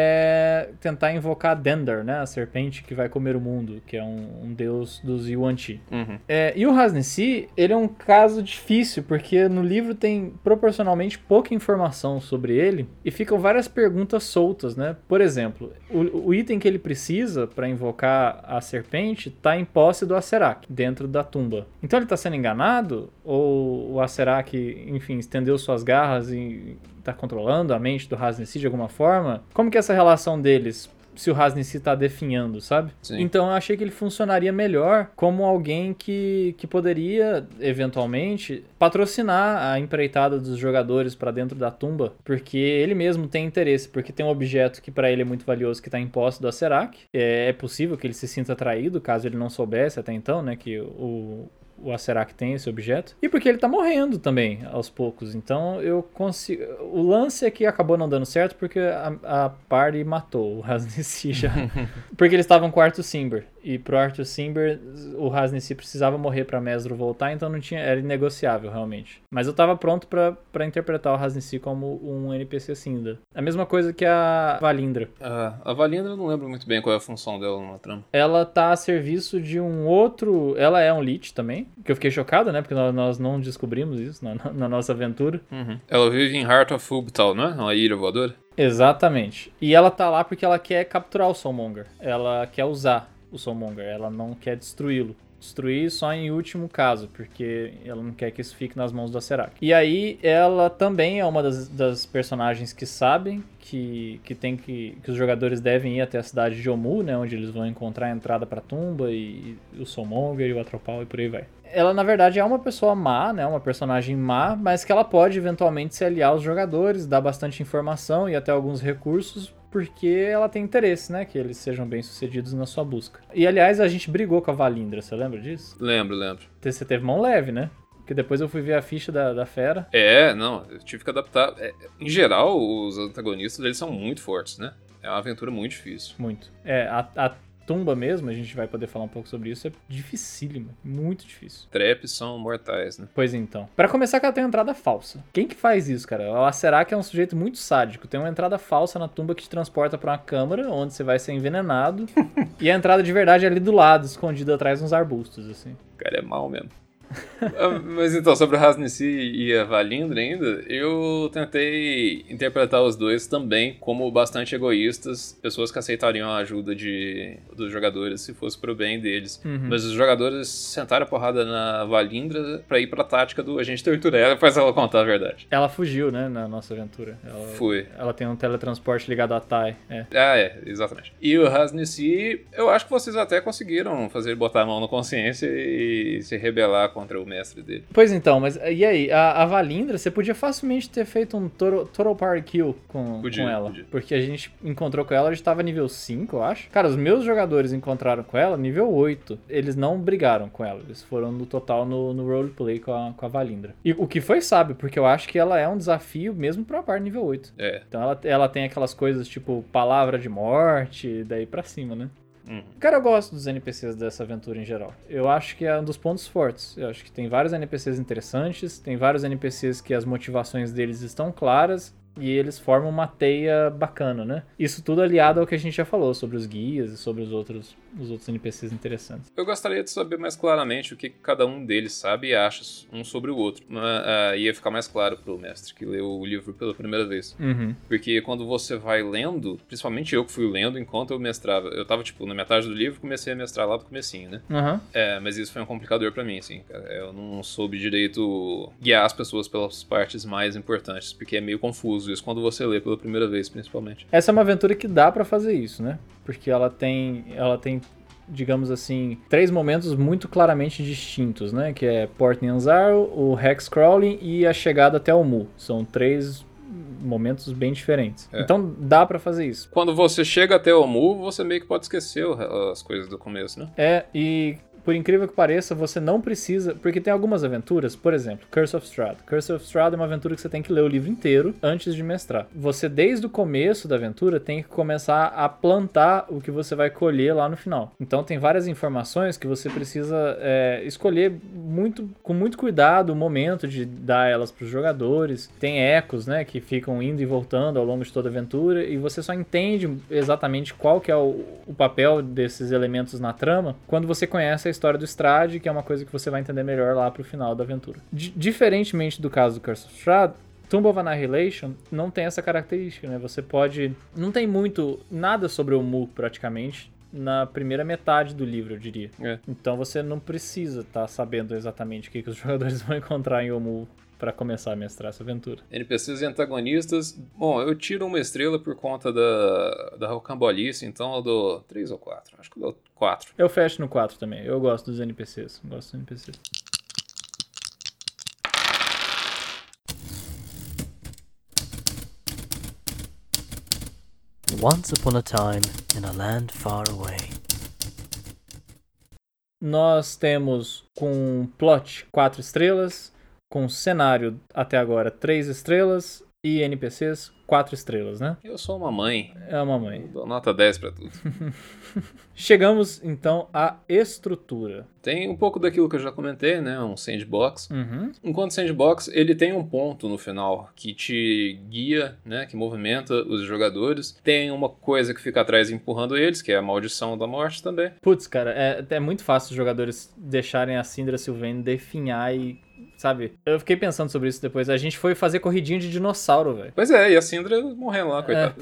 é tentar invocar Dendar, né? A serpente que vai comer o mundo, que é um deus dos Yuan Ti. E o Hasnici, ele é um caso difícil, porque no livro tem proporcionalmente pouca informação sobre ele e ficam várias perguntas soltas, né? Por exemplo, o item que ele precisa para invocar a serpente tá em posse do Acererak, dentro da tumba. Então ele tá sendo enganado? Ou o Acererak, enfim, estendeu suas garras e tá controlando a mente do Hasnici de alguma forma? Como que é essa relação deles, se o Hasnici tá definhando, sabe? Sim. Então eu achei que ele funcionaria melhor como alguém que poderia, eventualmente, patrocinar a empreitada dos jogadores pra dentro da tumba, porque ele mesmo tem interesse, porque tem um objeto que pra ele é muito valioso que tá em posse do Acererak. É possível que ele se sinta atraído, caso ele não soubesse até então, né, que o Acererak tem esse objeto. E porque ele tá morrendo também, aos poucos. Então eu consigo... O lance é que acabou não dando certo porque a party matou o Hasnici já. Porque eles estavam com o Arthur Cimber. E pro Arthur Cimber, o Hasnici precisava morrer pra Mesro voltar, então não tinha... Era inegociável, realmente. Mas eu tava pronto pra interpretar o Hasnici como um NPC cinza. A mesma coisa que a Valindra. A Valindra eu não lembro muito bem qual é a função dela na trama. Ela tá a serviço de um outro... Ela é um Lich também. Que eu fiquei chocado, né? Porque nós não descobrimos isso na nossa aventura. Ela vive em Heart of Ubtal, não é? Uma ilha voadora? Exatamente. E ela tá lá porque ela quer capturar o Soulmonger. Ela quer usar o Soulmonger. Ela não quer destruí-lo. Destruir só em último caso, porque ela não quer que isso fique nas mãos do Acererak. E aí, ela também é uma das personagens que sabem que os jogadores devem ir até a cidade de Omu, né, onde eles vão encontrar a entrada pra tumba e o Soulmonger e o Atropal e por aí vai. Ela, na verdade, é uma pessoa má, né, uma personagem má, mas que ela pode eventualmente se aliar aos jogadores, dar bastante informação e até alguns recursos, porque ela tem interesse, né, que eles sejam bem-sucedidos na sua busca. E, aliás, a gente brigou com a Valindra, você lembra disso? Lembro. Você teve mão leve, né? Porque depois eu fui ver a ficha da fera. Não, eu tive que adaptar. Em geral, os antagonistas, eles são muito fortes, né? É uma aventura muito difícil. Muito. A tumba mesmo, a gente vai poder falar um pouco sobre isso, é dificílima, muito difícil. Traps são mortais, né? Pois então. Pra começar, que ela tem uma entrada falsa. Quem que faz isso, cara? O Acererak é um sujeito muito sádico. Tem uma entrada falsa na tumba que te transporta pra uma câmara, onde você vai ser envenenado. E a entrada de verdade é ali do lado, escondida atrás de uns arbustos, assim. O cara é mau mesmo. Mas então, sobre o Hasnici e a Valindra ainda, eu tentei interpretar os dois também como bastante egoístas, pessoas que aceitariam a ajuda dos jogadores se fosse pro bem deles. Mas os jogadores sentaram a porrada na Valindra pra ir pra tática do agente torturar ela, faz ela contar a verdade. Ela fugiu, né, na nossa aventura. Foi. Ela tem um teletransporte ligado à Tai. Exatamente. E o Hasnici, eu acho que vocês até conseguiram fazer ele botar a mão na consciência e se rebelar contra o mestre dele. Pois então, mas e aí? A Valindra, você podia facilmente ter feito um total power kill com ela. Podia. Porque a gente encontrou com ela, a gente tava nível 5, eu acho. Cara, os meus jogadores encontraram com ela nível 8. Eles não brigaram com ela. Eles foram no total no roleplay com a Valindra. E o que foi sábio, porque eu acho que ela é um desafio mesmo pra par nível 8. Então ela tem aquelas coisas tipo palavra de morte, daí pra cima, né? Cara, eu gosto dos NPCs dessa aventura em geral. Eu acho que é um dos pontos fortes. Eu acho que tem vários NPCs interessantes, tem vários NPCs que as motivações deles estão claras e eles formam uma teia bacana, né? Isso tudo aliado ao que a gente já falou sobre os guias e sobre os outros NPCs interessantes. Eu gostaria de saber mais claramente o que cada um deles sabe e acha um sobre o outro. Ia ficar mais claro pro mestre que leu o livro pela primeira vez. Porque quando você vai lendo, principalmente eu que fui lendo enquanto eu mestrava, eu tava tipo na metade do livro, comecei a mestrar lá do comecinho, né? Mas isso foi um complicador pra mim, assim, cara. Eu não soube direito guiar as pessoas pelas partes mais importantes, porque é meio confuso isso quando você lê pela primeira vez, principalmente. Essa é uma aventura que dá pra fazer isso, né? Porque ela tem digamos assim, 3 momentos muito claramente distintos, né? Que é Port Nyanzaru, o Hexcrawling e a chegada até o Mu. São 3 momentos bem diferentes. Então dá pra fazer isso. Quando você chega até o Mu, você meio que pode esquecer as coisas do começo, né? E por incrível que pareça, você não precisa... Porque tem algumas aventuras, por exemplo, Curse of Strahd. Curse of Strahd é uma aventura que você tem que ler o livro inteiro antes de mestrar. Você, desde o começo da aventura, tem que começar a plantar o que você vai colher lá no final. Então tem várias informações que você precisa escolher com muito cuidado o momento de dar elas para os jogadores. Tem ecos, né, que ficam indo e voltando ao longo de toda a aventura, e você só entende exatamente qual que é o papel desses elementos na trama quando você conhece a história do Strahd, que é uma coisa que você vai entender melhor lá pro final da aventura. Diferentemente do caso do Curse of Strahd, Tomb of Annihilation não tem essa característica, né? Você pode... Não tem nada sobre o Mu, praticamente, na primeira metade do livro, eu diria. Então você não precisa estar sabendo exatamente o que os jogadores vão encontrar em Omu pra começar a mestrar essa aventura. NPCs e antagonistas... Bom, eu tiro 1 estrela por conta da rocambolice, então eu dou 3 ou 4. Acho que eu dou 4. Eu fecho no 4 também. Eu gosto dos NPCs. Once upon a time, in a land far away. Nós temos com plot 4 estrelas, com cenário até agora 3 estrelas e NPCs 4 estrelas, né? Eu sou uma mãe. É uma mãe. Eu dou nota 10 pra tudo. Chegamos, então, à estrutura. Tem um pouco daquilo que eu já comentei, né? Um sandbox. Uhum. Enquanto sandbox, ele tem um ponto no final que te guia, né? Que movimenta os jogadores. Tem uma coisa que fica atrás empurrando eles, que é a maldição da morte também. Putz, cara, é muito fácil os jogadores deixarem a Syndra Sylvain definhar e... Sabe? Eu fiquei pensando sobre isso depois. A gente foi fazer corridinha de dinossauro, velho. Pois é, e a Syndra morrendo lá, coitada.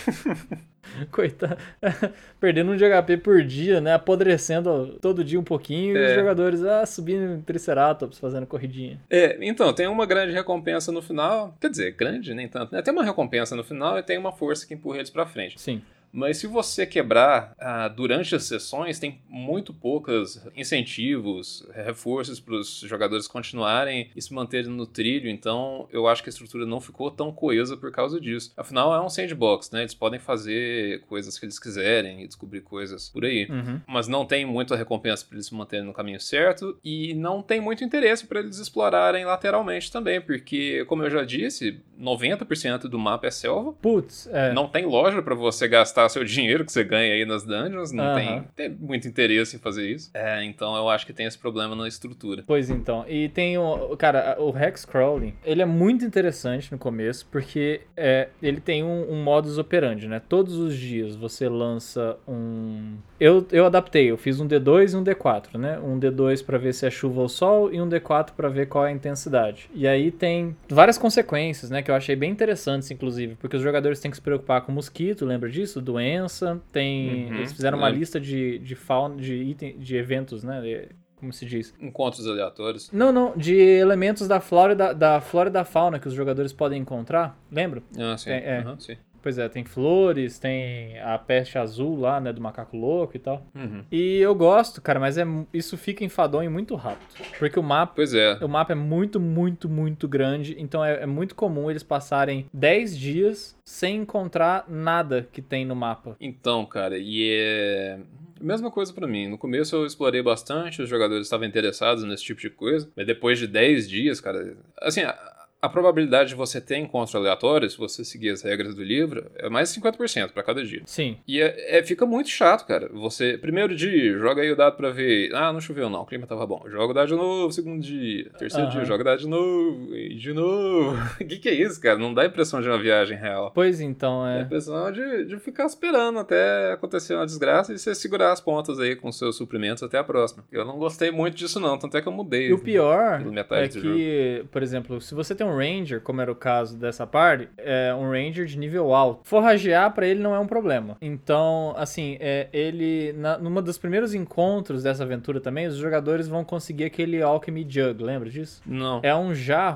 Coitado. Perdendo 1 de HP por dia, né? Apodrecendo todo dia um pouquinho. E os jogadores subindo em Triceratops, fazendo corridinha. Então, tem uma grande recompensa no final. Quer dizer, grande, nem tanto, né? Tem uma recompensa no final e tem uma força que empurra eles pra frente. Sim. Mas se você quebrar durante as sessões, tem muito poucos incentivos, reforços para os jogadores continuarem e se manterem no trilho. Então eu acho que a estrutura não ficou tão coesa por causa disso. Afinal, é um sandbox, né? Eles podem fazer coisas que eles quiserem e descobrir coisas por aí. Uhum. Mas não tem muita recompensa para eles se manterem no caminho certo e não tem muito interesse para eles explorarem lateralmente também, porque, como eu já disse, 90% do mapa é selva. Putz, Não tem loja para você gastar seu dinheiro que você ganha aí nas dungeons, não tem muito interesse em fazer isso. Então eu acho que tem esse problema na estrutura. Pois então, e tem cara, o Hexcrawling, ele é muito interessante no começo, porque ele tem um modus operandi, né? Todos os dias você lança um... Eu adaptei, eu fiz um D2 e um D4, né? Um D2 pra ver se é chuva ou sol e um D4 pra ver qual é a intensidade. E aí tem várias consequências, né? Que eu achei bem interessantes, inclusive, porque os jogadores têm que se preocupar com mosquito, lembra disso? Doença, eles fizeram uma lista de fauna, de itens, de eventos, né? Como se diz? Encontros aleatórios. Não, de elementos da flora e da fauna que os jogadores podem encontrar, lembra? Sim. Sim. Pois é, tem flores, tem a peste azul lá, né, do macaco louco e tal. Uhum. E eu gosto, cara, mas isso fica enfadonho muito rápido. Porque o mapa é muito, muito, muito grande, então é muito comum eles passarem 10 dias sem encontrar nada que tem no mapa. Então, cara, e é... Mesma coisa pra mim. No começo eu explorei bastante, os jogadores estavam interessados nesse tipo de coisa, mas depois de 10 dias, cara... Assim, a probabilidade de você ter encontros aleatórios, se você seguir as regras do livro, é mais de 50% pra cada dia. Sim. E fica muito chato, cara. Você, primeiro dia, joga aí o dado pra ver. Não choveu não, o clima tava bom. Joga o dado de novo, segundo dia. Terceiro dia, joga o dado de novo. E de novo. O que é isso, cara? Não dá a impressão de uma viagem real. Pois então, Dá a impressão de ficar esperando até acontecer uma desgraça e você segurar as pontas aí com seus suprimentos até a próxima. Eu não gostei muito disso não, tanto é que eu mudei. E o pior é que, jogo. Por exemplo, se você tem um Ranger, como era o caso dessa parte, é um Ranger de nível alto. Forragear pra ele não é um problema. Então, assim, ele... numa dos primeiros encontros dessa aventura também, os jogadores vão conseguir aquele Alchemy Jug, lembra disso? Não. É um jarro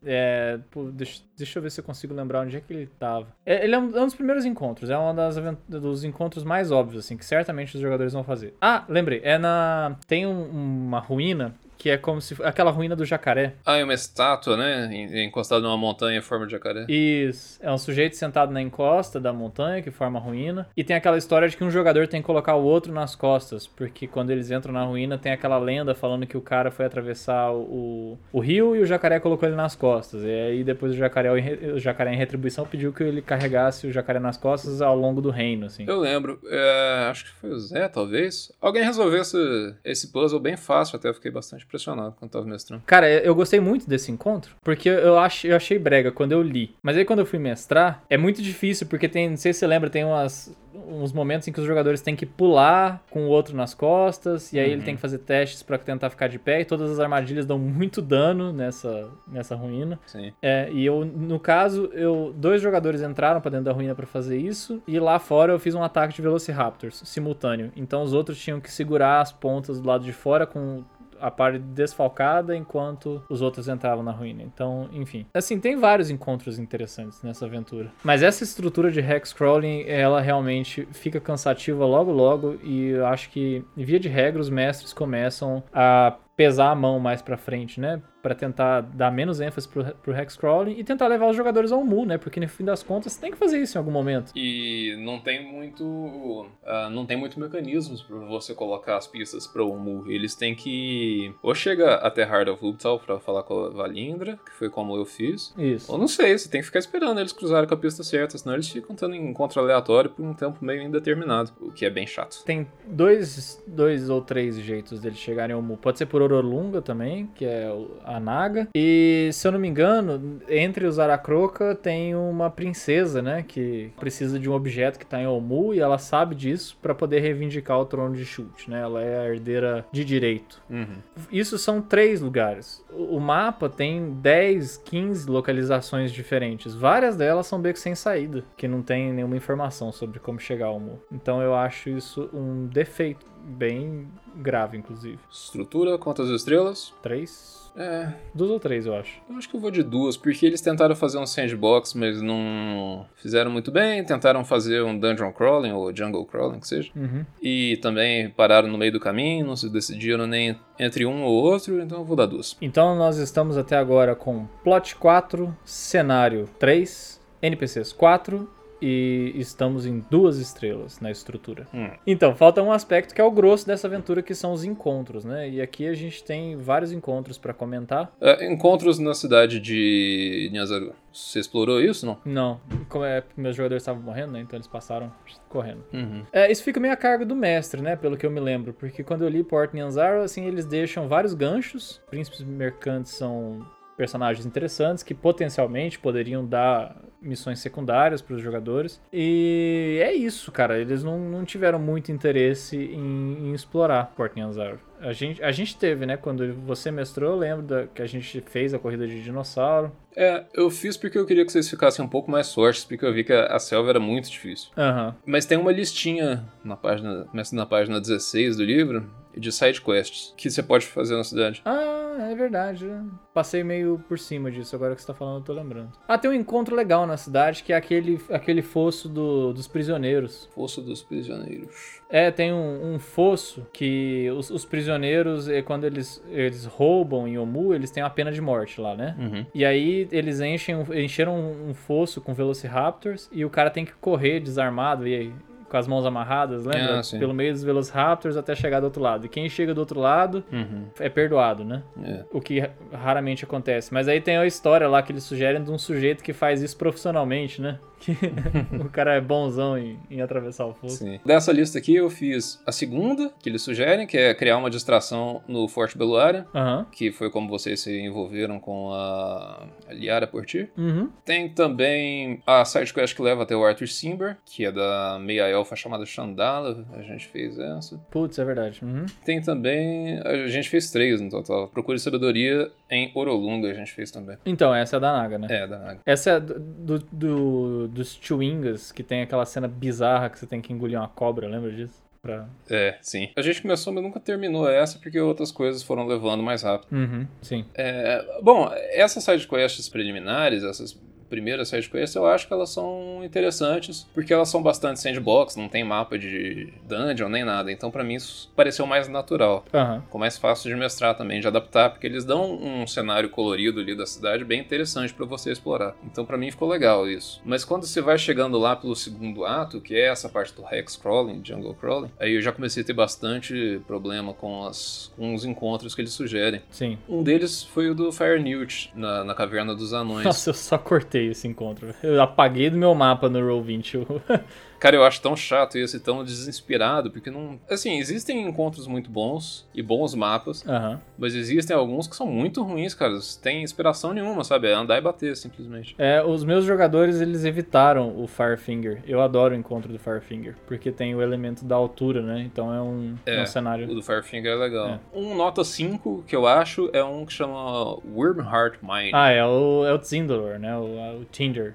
Pô, deixa eu ver se eu consigo lembrar onde é que ele tava. Ele é um dos primeiros encontros. É um dos encontros mais óbvios, assim, que certamente os jogadores vão fazer. Ah, lembrei. Tem uma ruína que é como se... Aquela ruína do jacaré. Ah, é uma estátua, né? Encostada numa montanha em forma de jacaré. Isso. É um sujeito sentado na encosta da montanha, que forma a ruína. E tem aquela história de que um jogador tem que colocar o outro nas costas, porque quando eles entram na ruína tem aquela lenda falando que o cara foi atravessar o rio e o jacaré colocou ele nas costas. E aí depois o jacaré em retribuição pediu que ele carregasse o jacaré nas costas ao longo do reino, assim. Eu lembro. Acho que foi o Zé, talvez. Alguém resolveu esse puzzle bem fácil, até eu fiquei bastante impressionado quando tava mestrando. Cara, eu gostei muito desse encontro, porque eu achei brega quando eu li. Mas aí quando eu fui mestrar, é muito difícil, porque não sei se você lembra, tem uns momentos em que os jogadores têm que pular com o outro nas costas, e aí ele tem que fazer testes pra tentar ficar de pé, e todas as armadilhas dão muito dano nessa ruína. Sim. E no caso, 2 jogadores entraram pra dentro da ruína pra fazer isso, e lá fora eu fiz um ataque de Velociraptors simultâneo. Então os outros tinham que segurar as pontas do lado de fora com a parte desfalcada enquanto os outros entravam na ruína. Então, enfim. Assim, tem vários encontros interessantes nessa aventura. Mas essa estrutura de hexcrawling, ela realmente fica cansativa logo, e eu acho que, via de regra, os mestres começam a pesar a mão mais pra frente, né? Pra tentar dar menos ênfase pro hexcrawling e tentar levar os jogadores ao mu, né? Porque no fim das contas você tem que fazer isso em algum momento. E não tem muito mecanismos pra você colocar as pistas pro mu. Eles têm que ou chega até Heart of Luptal pra falar com a Valindra, que foi como eu fiz. Isso. Ou não sei, você tem que ficar esperando eles cruzarem com a pista certa, senão eles ficam tendo encontro aleatório por um tempo meio indeterminado, o que é bem chato. Tem dois ou 3 jeitos deles chegarem ao mu. Pode ser por Orolunga também, que é a Naga. E, se eu não me engano, entre os Aracroca tem uma princesa, né? Que precisa de um objeto que tá em Olmu e ela sabe disso pra poder reivindicar o trono de Shult, né? Ela é a herdeira de direito. Isso são 3 lugares. O mapa tem 10, 15 localizações diferentes. Várias delas são becos sem saída, que não tem nenhuma informação sobre como chegar ao Olmu. Então eu acho isso um defeito bem grave, inclusive. Estrutura, quantas estrelas? 3? 2 ou 3, eu acho. Eu acho que eu vou de 2, porque eles tentaram fazer um sandbox, mas não fizeram muito bem. Tentaram fazer um dungeon crawling, ou jungle crawling, que seja. E também pararam no meio do caminho, não se decidiram nem entre um ou outro, então eu vou dar 2. Então nós estamos até agora com plot 4, cenário 3, NPCs 4... e estamos em 2 estrelas na estrutura. Então, falta um aspecto que é o grosso dessa aventura, que são os encontros, né? E aqui a gente tem vários encontros pra comentar. Encontros na cidade de Nyanzaru. Você explorou isso, não? Não. Como meus jogadores estavam morrendo, né? Então eles passaram correndo. Isso fica meio a cargo do mestre, né? Pelo que eu me lembro. Porque quando eu li Port Nyanzaru, assim, eles deixam vários ganchos. Príncipes mercantes são personagens interessantes que potencialmente poderiam dar missões secundárias para os jogadores. E é isso, cara. Eles não tiveram muito interesse em explorar Port Nyanzaru. A gente teve, né? Quando você mestrou, eu lembro que a gente fez a corrida de dinossauro. Eu fiz porque eu queria que vocês ficassem um pouco mais fortes, porque eu vi que a selva era muito difícil. Mas tem uma listinha começa na página 16 do livro, de side quests que você pode fazer na cidade. É verdade. Passei meio por cima disso, agora que você tá falando eu tô lembrando. Tem um encontro legal na cidade, que é aquele fosso dos prisioneiros. Fosso dos prisioneiros. Tem um fosso que os prisioneiros, quando eles roubam em Olmu, eles têm uma pena de morte lá, né? E aí eles encheram um fosso com Velociraptors e o cara tem que correr desarmado e com as mãos amarradas, lembra? Pelo meio dos Velociraptors até chegar do outro lado. E quem chega do outro lado é perdoado, né? O que raramente acontece. Mas aí tem a história lá que eles sugerem de um sujeito que faz isso profissionalmente, né? Que o cara é bonzão em atravessar o fosso. Sim. Dessa lista aqui eu fiz a segunda, que eles sugerem, que é criar uma distração no Forte Beluária, que foi como vocês se envolveram com a Liara Portir. Tem também a sidequest que leva até o Arthur Cimber, que é da meia elfa chamada Chandala, a gente fez essa. Putz, é verdade. Tem também, a gente fez 3 no total. Procure Sabedoria em Orolunga, a gente fez também. Então, essa é da Naga, né? Da Naga. Essa é dos Chewingas, que tem aquela cena bizarra que você tem que engolir uma cobra, lembra disso? Sim. A gente começou, mas nunca terminou essa, porque outras coisas foram levando mais rápido. Sim. Bom, essas sidequests preliminares, essas primeiras sidequests, eu acho que elas são interessantes, porque elas são bastante sandbox, não tem mapa de dungeon nem nada, então pra mim isso pareceu mais natural. Ficou mais fácil de mestrar também, de adaptar, porque eles dão um cenário colorido ali da cidade bem interessante pra você explorar. Então pra mim ficou legal isso. Mas quando você vai chegando lá pelo segundo ato, que é essa parte do hex crawling, jungle crawling, aí eu já comecei a ter bastante problema com os encontros que eles sugerem. Sim. Um deles foi o do Fire Newt, na Caverna dos Anões. Nossa, eu só cortei esse encontro. Eu apaguei do meu mapa no Roll20. Cara, eu acho tão chato isso e tão desinspirado, porque não... Assim, existem encontros muito bons e bons mapas, mas existem alguns que são muito ruins, cara. Tem inspiração nenhuma, sabe? É andar e bater, simplesmente. Os meus jogadores, eles evitaram o Firefinger. Eu adoro o encontro do Firefinger, porque tem o elemento da altura, né? Então é um cenário... O do Firefinger é legal. Um nota 5 que eu acho é um que chama Wormheart Mine. É o Tzindalor, né? O Tinder,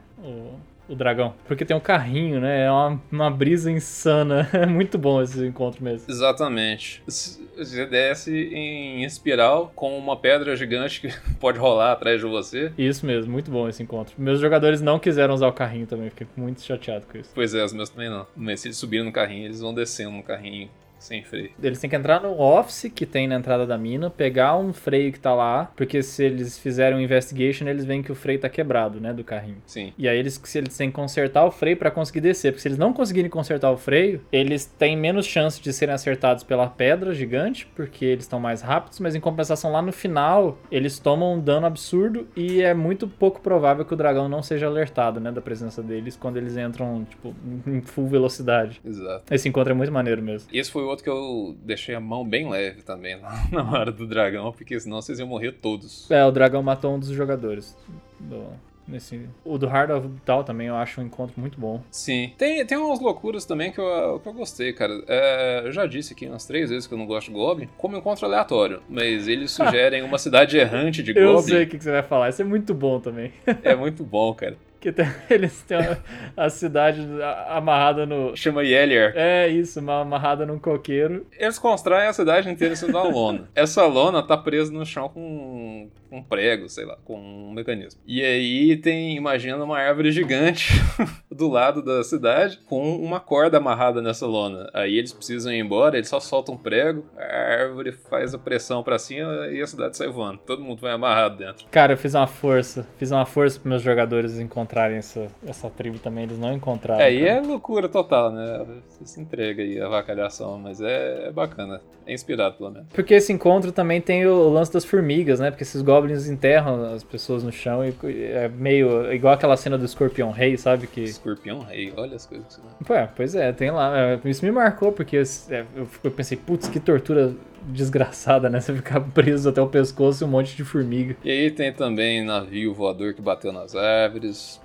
o dragão. Porque tem um carrinho, né? É uma brisa insana. É muito bom esse encontro mesmo. Exatamente. Você desce em espiral com uma pedra gigante que pode rolar atrás de você. Isso mesmo, muito bom esse encontro. Meus jogadores não quiseram usar o carrinho também. Fiquei muito chateado com isso. Pois é, os meus também não. Mas se eles subirem no carrinho, eles vão descendo no carrinho. Sem freio. Eles têm que entrar no office que tem na entrada da mina, pegar um freio que tá lá, porque se eles fizerem um investigation, eles veem que o freio tá quebrado, né, do carrinho. Sim. E aí eles têm que consertar o freio pra conseguir descer, porque se eles não conseguirem consertar o freio, eles têm menos chance de serem acertados pela pedra gigante, porque eles estão mais rápidos, mas em compensação lá no final, eles tomam um dano absurdo e é muito pouco provável que o dragão não seja alertado, né, da presença deles quando eles entram, tipo, em full velocidade. Exato. Esse encontro é muito maneiro mesmo. Esse foi outro que eu deixei a mão bem leve também na hora do dragão, porque senão vocês iam morrer todos. O dragão matou um dos jogadores. O do Heart of Tal também eu acho um encontro muito bom. Sim. Tem umas loucuras também que eu gostei, cara. Eu já disse aqui umas 3 vezes que eu não gosto de Goblin, como encontro aleatório. Mas eles sugerem uma cidade errante de Goblin. Eu sei o que você vai falar. Isso é muito bom também. É muito bom, cara. Que eles têm a cidade amarrada no... Chama Yeliar. Isso, amarrada num coqueiro. Eles constroem a cidade inteira em cima de uma lona. Essa lona tá presa no chão com um prego, sei lá, com um mecanismo. E aí imagina uma árvore gigante do lado da cidade com uma corda amarrada nessa lona. Aí eles precisam ir embora, eles só soltam um prego, a árvore faz a pressão pra cima e a cidade sai voando. Todo mundo vai amarrado dentro. Cara, eu fiz uma força pros meus jogadores encontrarem essa tribo também, eles não encontraram. Aí é loucura total, né? Você se entrega aí a avacalhação, mas é bacana. É inspirado, pelo menos. Porque esse encontro também tem o lance das formigas, né? Porque esses goblins enterram as pessoas no chão e é meio igual aquela cena do Escorpião Rei, sabe? Escorpião Rei, olha as coisas que você... Pois é, tem lá. Isso me marcou, porque eu pensei, putz, que tortura desgraçada, né? Você ficar preso até o pescoço e um monte de formiga. E aí tem também navio voador que bateu nas árvores.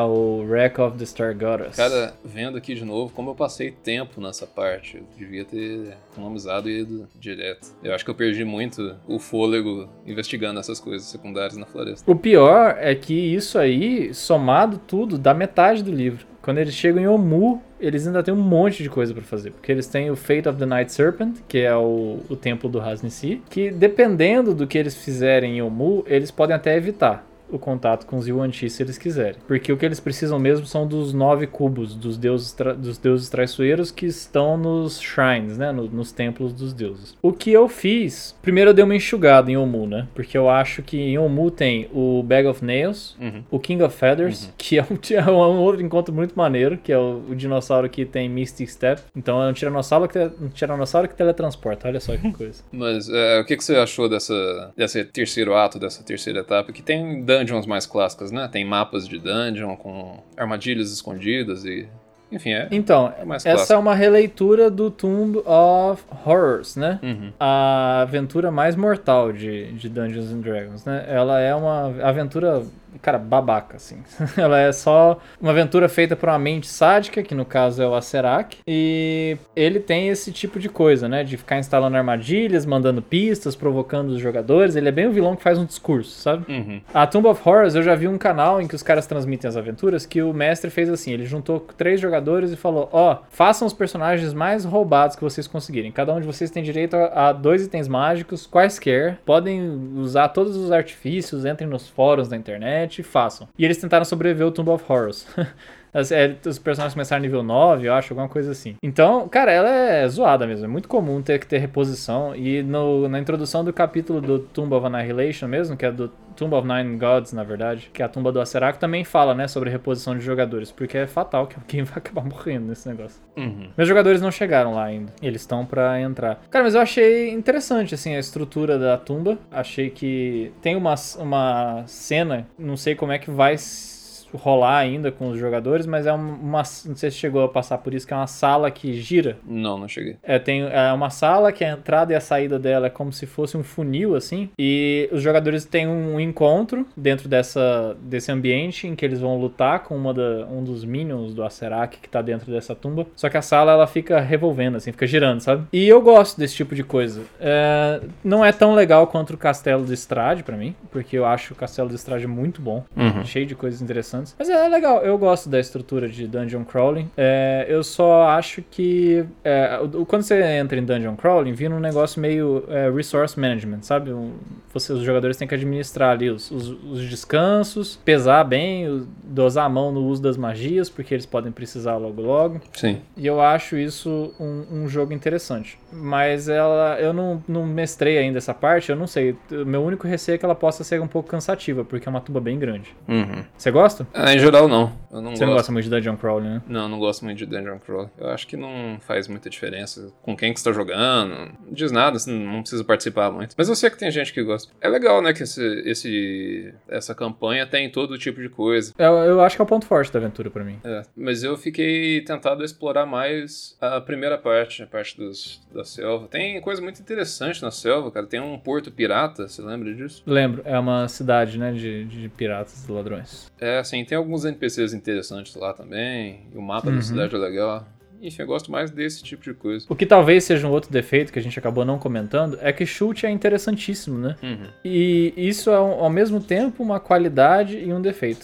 O Wreck of the Star Goddess. Cara, vendo aqui de novo, como eu passei tempo nessa parte, eu devia ter economizado e ido direto. Eu acho que eu perdi muito o fôlego investigando essas coisas secundárias na floresta. O pior é que isso aí, somado tudo, dá metade do livro. Quando eles chegam em Omu, eles ainda têm um monte de coisa pra fazer. Porque eles têm o Fate of the Night Serpent, que é o templo do Hasnissi, que dependendo do que eles fizerem em Omu, eles podem até evitar o contato com os Yuan-Ti se eles quiserem. Porque o que eles precisam mesmo são dos 9 cubos dos deuses traiçoeiros que estão nos shrines, né? Nos templos dos deuses. O que eu fiz... Primeiro eu dei uma enxugada em Omu, né? Porque eu acho que em Omu tem o Bag of Nails, o King of Feathers, que é um outro encontro muito maneiro, que é o dinossauro que tem Mystic Step. Então é um tiranossauro que teletransporta. Olha só que coisa. Mas o que você achou desse terceiro ato, dessa terceira etapa? Que tem dungeons mais clássicas, né? Tem mapas de dungeon com armadilhas escondidas e... Enfim, então, mais essa clássico. É uma releitura do Tomb of Horrors, né? A aventura mais mortal de Dungeons and Dragons, né? Ela é uma aventura cara, babaca, assim. Ela é só uma aventura feita por uma mente sádica, que no caso é o Acererak, e ele tem esse tipo de coisa, né, de ficar instalando armadilhas, mandando pistas, provocando os jogadores. Ele é bem o vilão que faz um discurso, sabe? A Tomb of Horrors, eu já vi um canal em que os caras transmitem as aventuras, que o mestre fez assim, ele juntou 3 jogadores e falou, façam os personagens mais roubados que vocês conseguirem. Cada um de vocês tem direito a 2 itens mágicos, quaisquer, podem usar todos os artifícios, entrem nos fóruns da internet e façam. E eles tentaram sobreviver ao Tomb of Horrors. Os personagens começaram nível 9, eu acho, alguma coisa assim. Então, cara, ela é zoada mesmo. É muito comum ter que ter reposição. E na introdução do capítulo do Tomb of Annihilation mesmo, que é do Tomb of Nine Gods, na verdade, que é a tumba do Acererak, também fala, né, sobre reposição de jogadores, porque é fatal que alguém vai acabar morrendo nesse negócio. Meus jogadores não chegaram lá ainda. Eles estão pra entrar. Cara, mas eu achei interessante, assim, a estrutura da tumba. Achei que tem uma cena, não sei como é que vai rolar ainda com os jogadores, mas é não sei se chegou a passar por isso, que é uma sala que gira. Não cheguei. É uma sala que a entrada e a saída dela é como se fosse um funil, assim, e os jogadores têm um encontro dentro desse ambiente em que eles vão lutar com um dos minions do Acererak que tá dentro dessa tumba, só que a sala ela fica revolvendo, assim, fica girando, sabe? E eu gosto desse tipo de coisa. Não é tão legal quanto o Castelo de Strahd pra mim, porque eu acho o Castelo de Strahd muito bom, cheio de coisas interessantes. Mas é legal, eu gosto da estrutura de Dungeon Crawling. Eu só acho que quando você entra em Dungeon Crawling, vira um negócio meio Resource Management, sabe? Os jogadores têm que administrar ali os descansos, pesar bem, dosar a mão no uso das magias, porque eles podem precisar logo. Sim. E eu acho isso um jogo interessante. Mas eu não mestrei ainda essa parte, eu não sei. O meu único receio é que ela possa ser um pouco cansativa, porque é uma tumba bem grande. Você gosta? Em geral, não. Você não gosta muito de Dungeon Crawling, né? Não gosto muito de Dungeon Crawling. Eu acho que não faz muita diferença com quem que você tá jogando. Não diz nada, assim, não precisa participar muito. Mas eu sei que tem gente que gosta. É legal, né, que essa campanha tem todo tipo de coisa. Eu acho que é o ponto forte da aventura pra mim. Mas eu fiquei tentado a explorar mais a primeira parte, a parte da selva. Tem coisa muito interessante na selva, cara. Tem um porto pirata, você lembra disso? Lembro, é uma cidade, né, de piratas e ladrões. Assim, tem alguns NPCs interessantes lá também, e o mapa da cidade é legal. Enfim, eu gosto mais desse tipo de coisa. O que talvez seja um outro defeito que a gente acabou não comentando é que chute é interessantíssimo, né? E isso é ao mesmo tempo uma qualidade e um defeito.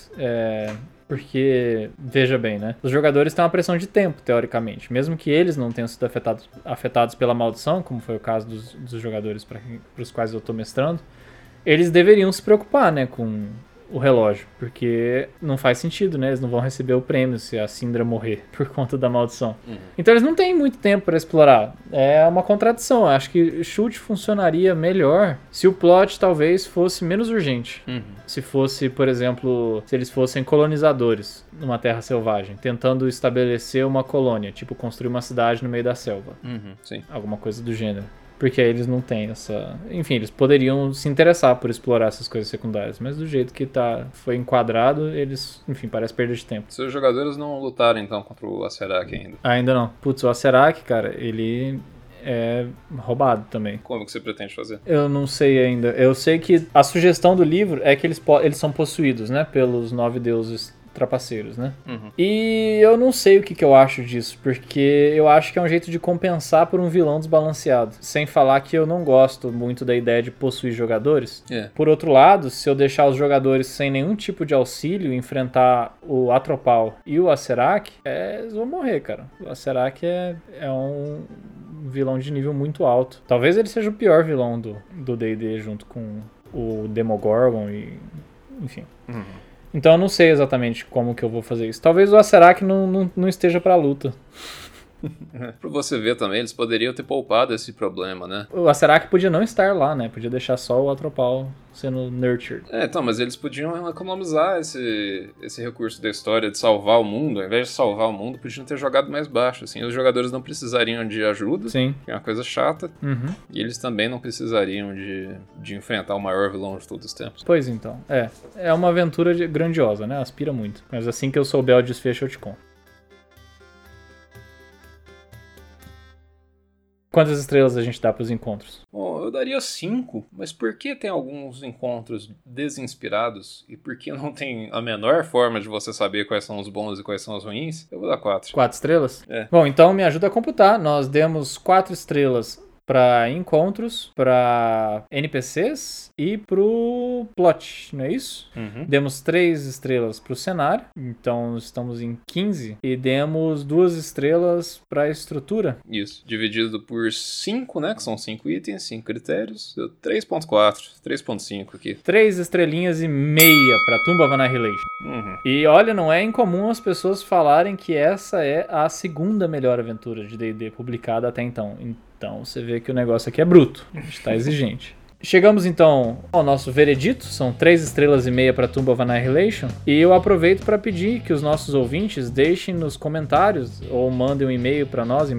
Porque, veja bem, né? Os jogadores têm uma pressão de tempo, teoricamente. Mesmo que eles não tenham sido afetados pela maldição, como foi o caso dos jogadores para os quais eu tô mestrando, eles deveriam se preocupar, né, com o relógio, porque não faz sentido, né? Eles não vão receber o prêmio se a Syndra morrer por conta da maldição. Então eles não têm muito tempo para explorar. É uma contradição. Eu acho que chute funcionaria melhor se o plot talvez fosse menos urgente. Se fosse, por exemplo, se eles fossem colonizadores numa terra selvagem, tentando estabelecer uma colônia, tipo construir uma cidade no meio da selva. Sim. Alguma coisa do gênero. Porque aí eles não têm essa... Enfim, eles poderiam se interessar por explorar essas coisas secundárias, mas do jeito que foi enquadrado, eles... Enfim, parece perda de tempo. Seus jogadores não lutaram, então, contra o Acererak ainda? Ainda não. Putz, o Acererak, cara, ele é roubado também. Como que você pretende fazer? Eu não sei ainda. Eu sei que a sugestão do livro é que eles são possuídos, né, pelos 9 deuses trapaceiros, né? E eu não sei o que eu acho disso, porque eu acho que é um jeito de compensar por um vilão desbalanceado. Sem falar que eu não gosto muito da ideia de possuir jogadores. Por outro lado, se eu deixar os jogadores sem nenhum tipo de auxílio enfrentar o Atropal e o Acererak, eles vão morrer, cara. O Acererak é um vilão de nível muito alto. Talvez ele seja o pior vilão do D&D junto com o Demogorgon e... Enfim. Então eu não sei exatamente como que eu vou fazer isso. Talvez o Acererak não esteja pra luta. Pra você ver também, eles poderiam ter poupado esse problema, né? O Acererak podia não estar lá, né? Podia deixar só o Atropal sendo nurtured. Então, mas eles podiam economizar esse recurso da história de salvar o mundo. Ao invés de salvar o mundo, podiam ter jogado mais baixo, assim. Os jogadores não precisariam de ajuda, Sim. que é uma coisa chata. E eles também não precisariam de enfrentar o maior vilão de todos os tempos. Pois então, é uma aventura grandiosa, né? Aspira muito. Mas assim que eu souber o desfecho, eu te conto. Quantas estrelas a gente dá pros encontros? Bom, eu daria 5, mas por que tem alguns encontros desinspirados e por que não tem a menor forma de você saber quais são os bons e quais são os ruins? Eu vou dar 4. 4 estrelas? É. Bom, então me ajuda a computar. Nós demos 4 estrelas para encontros, para NPCs e pro plot, não é isso? Uhum. Demos 3 estrelas pro cenário, então estamos em 15, e demos 2 estrelas pra estrutura. Isso, dividido por 5, né, que são 5 itens, 5 critérios, deu 3.4, 3.5 aqui. 3 estrelinhas e meia pra Tomb of Annihilation. Uhum. E olha, não é incomum as pessoas falarem que essa é a segunda melhor aventura de D&D publicada até então. Então você vê que o negócio aqui é bruto, a gente tá exigente. Chegamos então ao nosso veredito, são 3 estrelas e meia para Tomb of Annihilation, e eu aproveito para pedir que os nossos ouvintes deixem nos comentários ou mandem um e-mail para nós em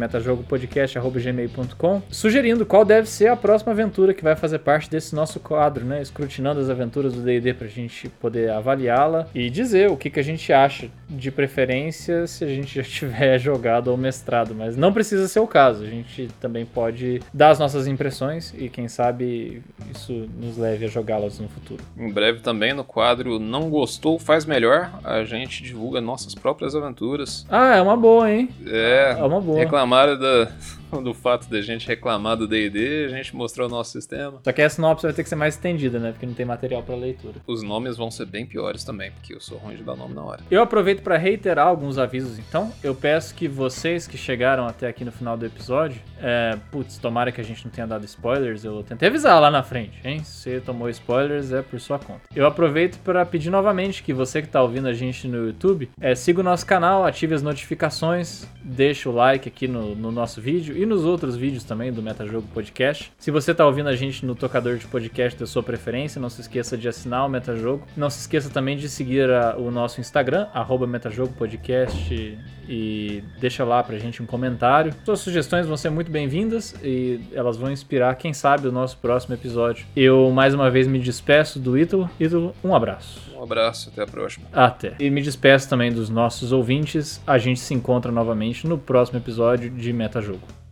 metajogopodcast@gmail.com sugerindo qual deve ser a próxima aventura que vai fazer parte desse nosso quadro, né, escrutinando as aventuras do D&D pra gente poder avaliá-la e dizer o que a gente acha, de preferência se a gente já tiver jogado ou mestrado, mas não precisa ser o caso, a gente também pode dar as nossas impressões e quem sabe isso nos leve a jogá-las no futuro. Em breve também no quadro Não Gostou, Faz Melhor, a gente divulga nossas próprias aventuras. Ah, é uma boa, hein? É uma boa. Reclamaram do fato da gente reclamar do D&D, a gente mostrou o nosso sistema. Só que a sinopse vai ter que ser mais estendida, né? Porque não tem material pra leitura. Os nomes vão ser bem piores também, porque eu sou ruim de dar nome na hora. Eu aproveito para reiterar alguns avisos, então. Eu peço que vocês que chegaram até aqui no final do episódio, tomara que a gente não tenha dado spoilers, eu tentei avisar lá na frente, hein? Se você tomou spoilers, é por sua conta. Eu aproveito para pedir novamente que você que tá ouvindo a gente no YouTube, siga o nosso canal, ative as notificações, deixa o like aqui no nosso vídeo e nos outros vídeos também do Metajogo Podcast. Se você tá ouvindo a gente no tocador de podcast da sua preferência, não se esqueça de assinar o Metajogo. Não se esqueça também de seguir o nosso Instagram, @metajogopodcast, e deixa lá pra gente um comentário. Suas sugestões vão ser muito bem-vindas e elas vão inspirar, quem sabe, o nosso próximo episódio. Eu, mais uma vez, me despeço do Ítalo. Ítalo, um abraço. Um abraço, até a próxima. Até. E me despeço também dos nossos ouvintes. A gente se encontra novamente no próximo episódio de Metajogo.